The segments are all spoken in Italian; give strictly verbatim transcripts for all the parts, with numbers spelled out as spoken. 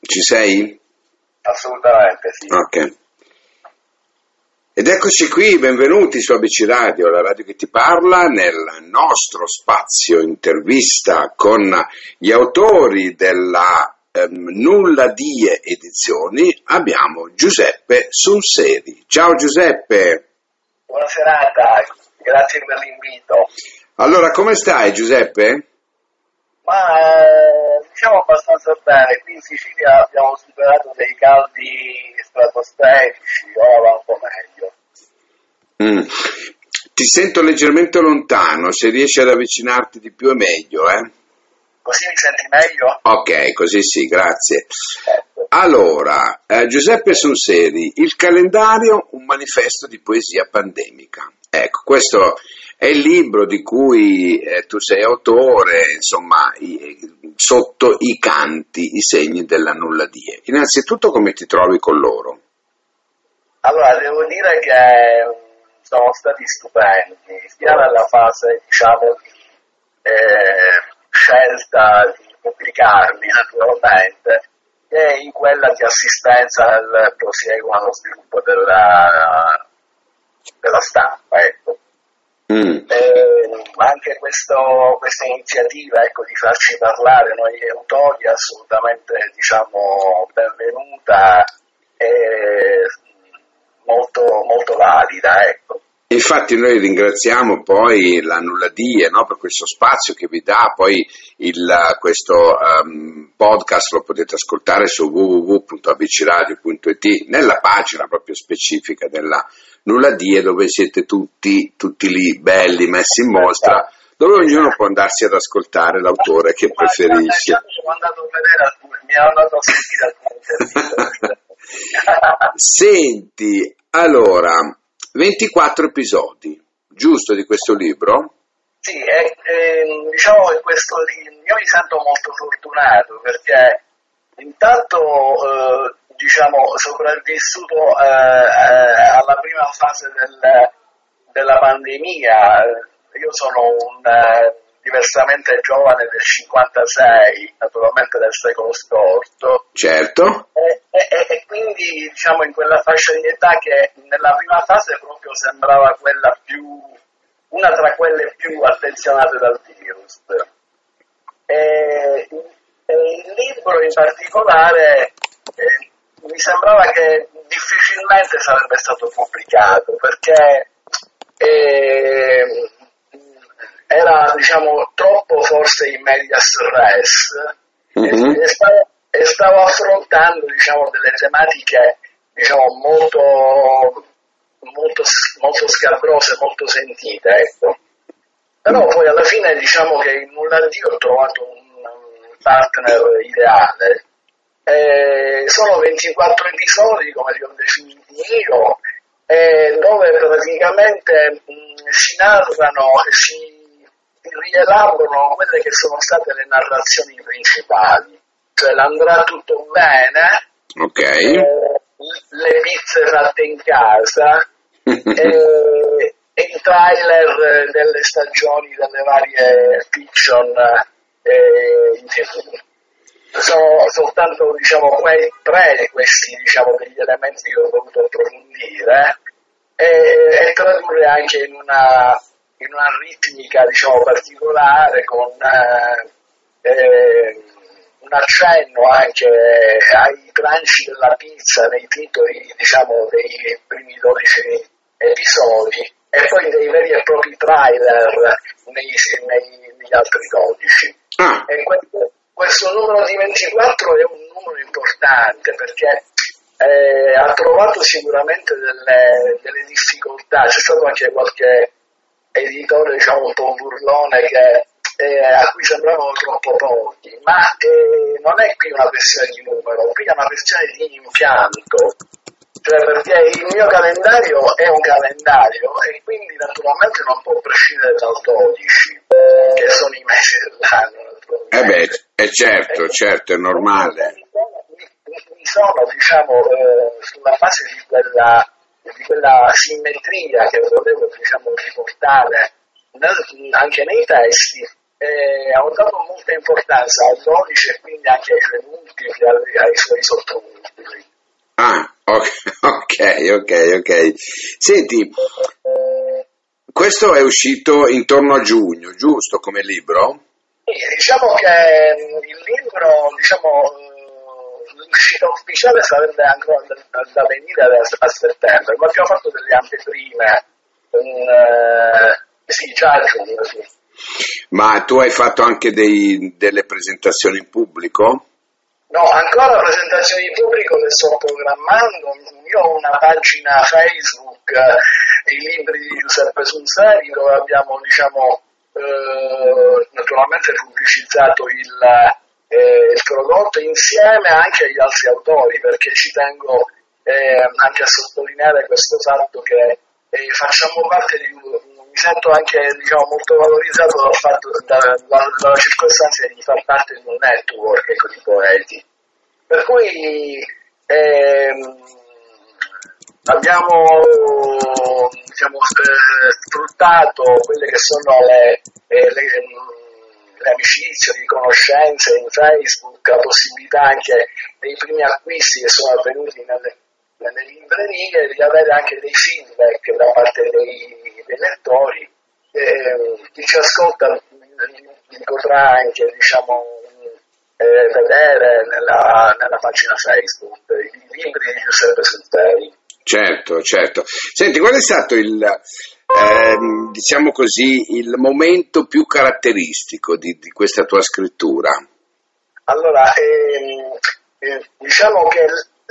Ci sei? Assolutamente sì. Ok. Ed eccoci qui, benvenuti su A B C Radio, la radio che ti parla, nel nostro spazio intervista con gli autori della ehm, Nulla Die edizioni. Abbiamo Giuseppe Sunseri. Ciao Giuseppe. Buona serata, grazie per l'invito. Allora, come stai Giuseppe? Ma eh, diciamo abbastanza bene, qui in Sicilia abbiamo superato dei caldi stratosferici, ora va un po' meglio. Mm. Ti sento leggermente lontano, se riesci ad avvicinarti di più è meglio, eh? Così mi senti meglio? Ok, così sì, grazie. Ecco. Allora, eh, Giuseppe Sunseri, il calendario, un manifesto di poesia pandemica. Ecco, questo è il libro di cui eh, tu sei autore, insomma, i, sotto i canti, i segni della Nulla Die. Innanzitutto come ti trovi con loro? Allora, devo dire che sono stati stupendi, sia nella fase, diciamo, di eh, scelta di pubblicarli, naturalmente, che in quella di assistenza al prosieguo allo sviluppo della, della stampa, ecco. Mm. Eh, anche questo, questa iniziativa, ecco, di farci parlare noi autori è assolutamente, diciamo, benvenuta e molto, molto valida, ecco. Infatti noi ringraziamo poi la Nulla Die, no, per questo spazio che vi dà, poi il, questo um, podcast lo potete ascoltare su w w w punto a b c radio punto i t, nella pagina proprio specifica della Nulla Die, dove siete tutti, tutti lì belli, messi in mostra, dove ognuno può andarsi ad ascoltare l'autore che preferisce. Sono andato a vedere alcune, mi hanno andato a sentire alcune interviste. Senti, allora, ventiquattro episodi, giusto, di questo libro? Sì, e, e, diciamo che questo, io mi sento molto fortunato perché intanto eh, diciamo sopravvissuto eh, eh, alla prima fase del, della pandemia. Io sono un eh, diversamente giovane del cinquantasei, naturalmente del secolo scorso. Certo. E, e, e quindi diciamo in quella fascia di età che nella prima fase proprio sembrava quella più, una tra quelle più attenzionate dal virus. E, e il libro in particolare eh, mi sembrava che difficilmente sarebbe stato pubblicato perché eh, era, diciamo, troppo forse in medias res. Mm-hmm. e, e, stavo, e stavo affrontando, diciamo, delle tematiche, diciamo, molto molto, molto scabrose, molto sentite, ecco. Però poi alla fine diciamo che in Nulla Die ho trovato un partner ideale. E sono ventiquattro episodi, come li ho definiti io, e dove praticamente mh, si narrano e si rielaborano quelle che sono state le narrazioni principali, cioè l'andrà tutto bene, okay. eh, le pizze fatte in casa e, e i trailer delle stagioni delle varie fiction eh, in tv. Sono soltanto, diciamo, quei tre questi, diciamo, degli elementi che ho voluto approfondire e, e tradurre anche in una in una ritmica, diciamo, particolare, con eh, eh, un accenno anche ai crunchy della pizza nei titoli, diciamo, dei primi dodici episodi e poi dei veri e propri trailer nei, nei, negli altri dodici. Ah. E questo, questo numero di ventiquattro è un numero importante perché eh, ha trovato sicuramente delle, delle difficoltà, c'è stato anche qualche editore, diciamo, un po' burlone che, eh, a cui sembravano troppo pochi, ma eh, non è qui una questione di numero, qui è una questione di impianto, cioè perché il mio calendario è un calendario e quindi naturalmente non può prescindere dal dodici, che sono i mesi dell'anno. Eh beh, è certo, e, certo, è normale. Mi sono, diciamo, eh, sulla base di quella di quella simmetria che volevo, diciamo, riportare nel, anche nei testi, eh, ho dato molta importanza al dodici e quindi anche ai suoi multipli, ai, ai suoi sottomultipli. Ah, ok, ok, ok. Senti, questo è uscito intorno a giugno, giusto, come libro? Sì, diciamo che il libro, diciamo, l'uscita ufficiale sarebbe ancora da, da venire a, a settembre, ma abbiamo fatto delle anteprime, eh, sì, già a giugno, sì. Ma tu hai fatto anche dei, delle presentazioni in pubblico? No, ancora presentazioni in pubblico le sto programmando. Io ho una pagina Facebook, eh, i libri di Giuseppe Sunzeri, dove abbiamo, diciamo, eh, naturalmente pubblicizzato il, eh, il prodotto insieme anche agli altri autori, perché ci tengo eh, anche a sottolineare questo fatto che eh, facciamo parte di un, mi sento anche, diciamo, molto valorizzato dal fatto, da, da, dalla circostanza di far parte di un network, ecco, di poeti. Per cui ehm, abbiamo, diciamo, eh, sfruttato quelle che sono le, eh, le, le amicizie, le conoscenze in Facebook, la possibilità anche dei primi acquisti che sono avvenuti nelle, nelle librerie, di avere anche dei feedback da parte dei, dei lettori. Eh, chi ci ascolta li potrà anche, diciamo, eh, vedere nella, nella pagina Facebook i libri di Giuseppe Sunzeri. Certo, certo. Senti, qual è stato il, ehm, diciamo così, il momento più caratteristico di, di questa tua scrittura? Allora, ehm, eh, diciamo che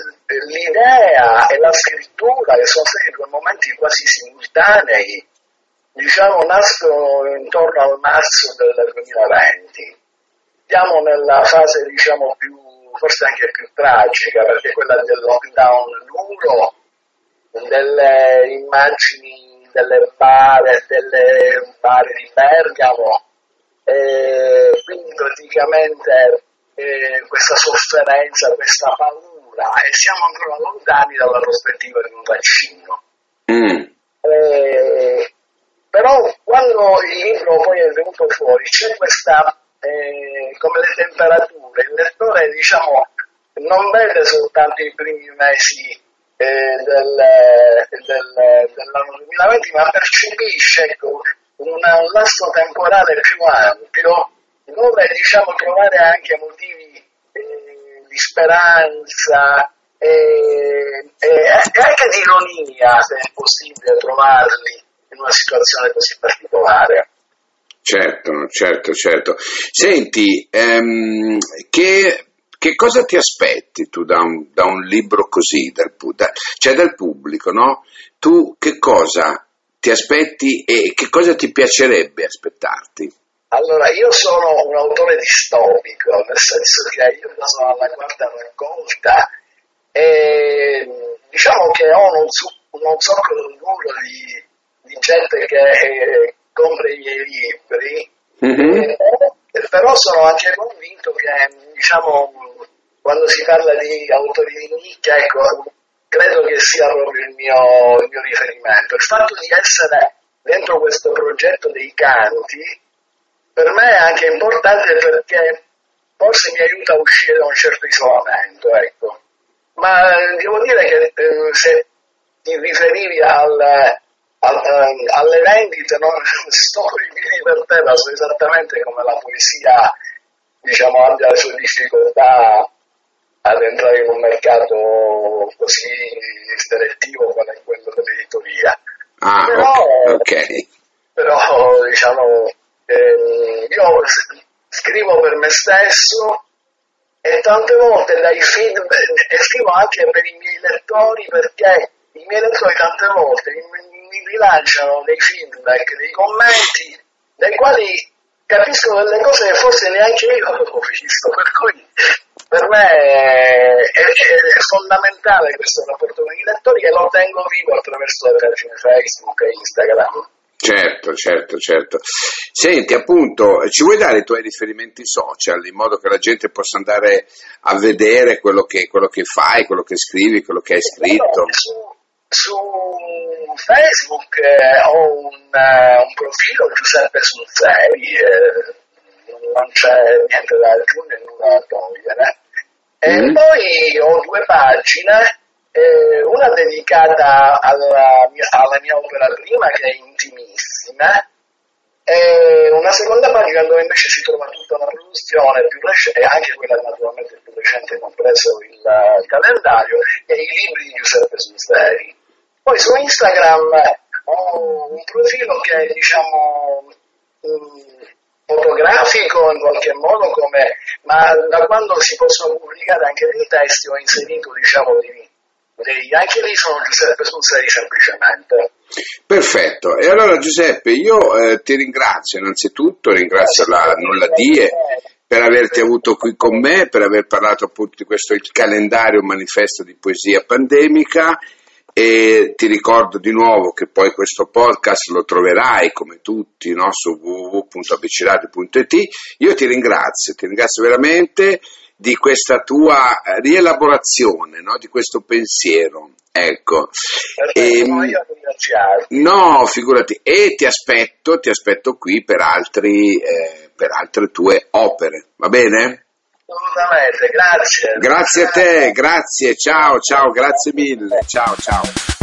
l'idea e la scrittura, che sono stati due momenti quasi simultanei, diciamo, nascono intorno al marzo del duemilaventi. Siamo nella fase, diciamo, più, forse anche più tragica, perché è quella del lockdown duro, delle immagini delle bare, delle bare di Bergamo, e quindi praticamente eh, questa sofferenza, questa paura, e siamo ancora lontani dalla prospettiva di un vaccino. Mm. Eh, però quando il libro poi è venuto fuori c'è questa, eh, come le temperature, il lettore, diciamo, non vede soltanto i primi mesi eh, del, del, dell'anno duemilaventi, ma percepisce, ecco, una, un lasso temporale più ampio dove, diciamo, trovare anche motivi eh, di speranza e, e, e anche di ironia, se è possibile trovarli in una situazione così particolare. Certo, certo, certo. Senti, ehm, che, che cosa ti aspetti tu da un, da un libro così, dal, da, cioè dal pubblico, no? Tu che cosa ti aspetti e che cosa ti piacerebbe aspettarti? Allora, io sono un autore distopico, nel senso che io sono alla quarta raccolta e diciamo che ho non so, non so duro di, di gente che eh, compra i miei libri, mm-hmm. eh, però sono anche convinto che, diciamo, quando si parla di autori di nicchia, ecco, credo che sia proprio il mio, il mio riferimento. Il fatto di essere dentro questo progetto dei canti per me è anche importante perché forse mi aiuta a uscire da un certo isolamento, ecco. Ma devo dire che eh, se ti riferivi al, al, alle vendite, non sto con i piedi per terra, so esattamente come la poesia, diciamo, abbia le sue difficoltà ad entrare in un mercato così selettivo come quello dell'editoria. Ah, però, ok. Però, diciamo, eh, io scrivo per me stesso e tante volte dai feedback, e scrivo anche per i miei lettori, perché i miei lettori tante volte mi, mi rilanciano dei feedback, dei commenti, dai quali capisco delle cose che forse neanche io avevo visto, per cui per me è, è, è fondamentale questo rapporto con i lettori e lo tengo vivo attraverso le pagine Facebook e Instagram. Certo, certo, certo. Senti, appunto, ci vuoi dare i tuoi riferimenti social in modo che la gente possa andare a vedere quello che, quello che fai, quello che scrivi, quello che hai scritto? Su, su Facebook eh, ho un, uh, un profilo, Giuseppe Sunzeri, eh, non c'è niente da aggiungere e nulla da togliere. E Mm. poi ho due pagine, eh, una dedicata alla mia, alla mia opera prima, che è intimissima, e una seconda pagina dove invece si trova tutta una produzione più recente, anche quella naturalmente più recente, compreso il, il calendario, e i libri di Giuseppe Susteri. Poi su Instagram ho un profilo che è, diciamo, mh, fotografico in qualche modo, come, ma da quando si possono pubblicare anche dei testi ho inserito, diciamo, dei, dei, anche lì sono Giuseppe Susteri semplicemente. Perfetto, e allora Giuseppe, io eh, ti ringrazio innanzitutto, ringrazio la Nulla Die per averti avuto qui con me, per aver parlato appunto di questo il calendario manifesto di poesia pandemica, e ti ricordo di nuovo che poi questo podcast lo troverai come tutti, no, su w w w punto a b c radio punto i t. Io ti ringrazio, ti ringrazio veramente di questa tua rielaborazione, no, di questo pensiero, ecco. E, no, io ringraziarti. No, figurati, e ti aspetto, ti aspetto qui per altri, eh, per altre tue opere, va bene? Assolutamente, grazie. Grazie a te, grazie, ciao, ciao, grazie mille, ciao, ciao.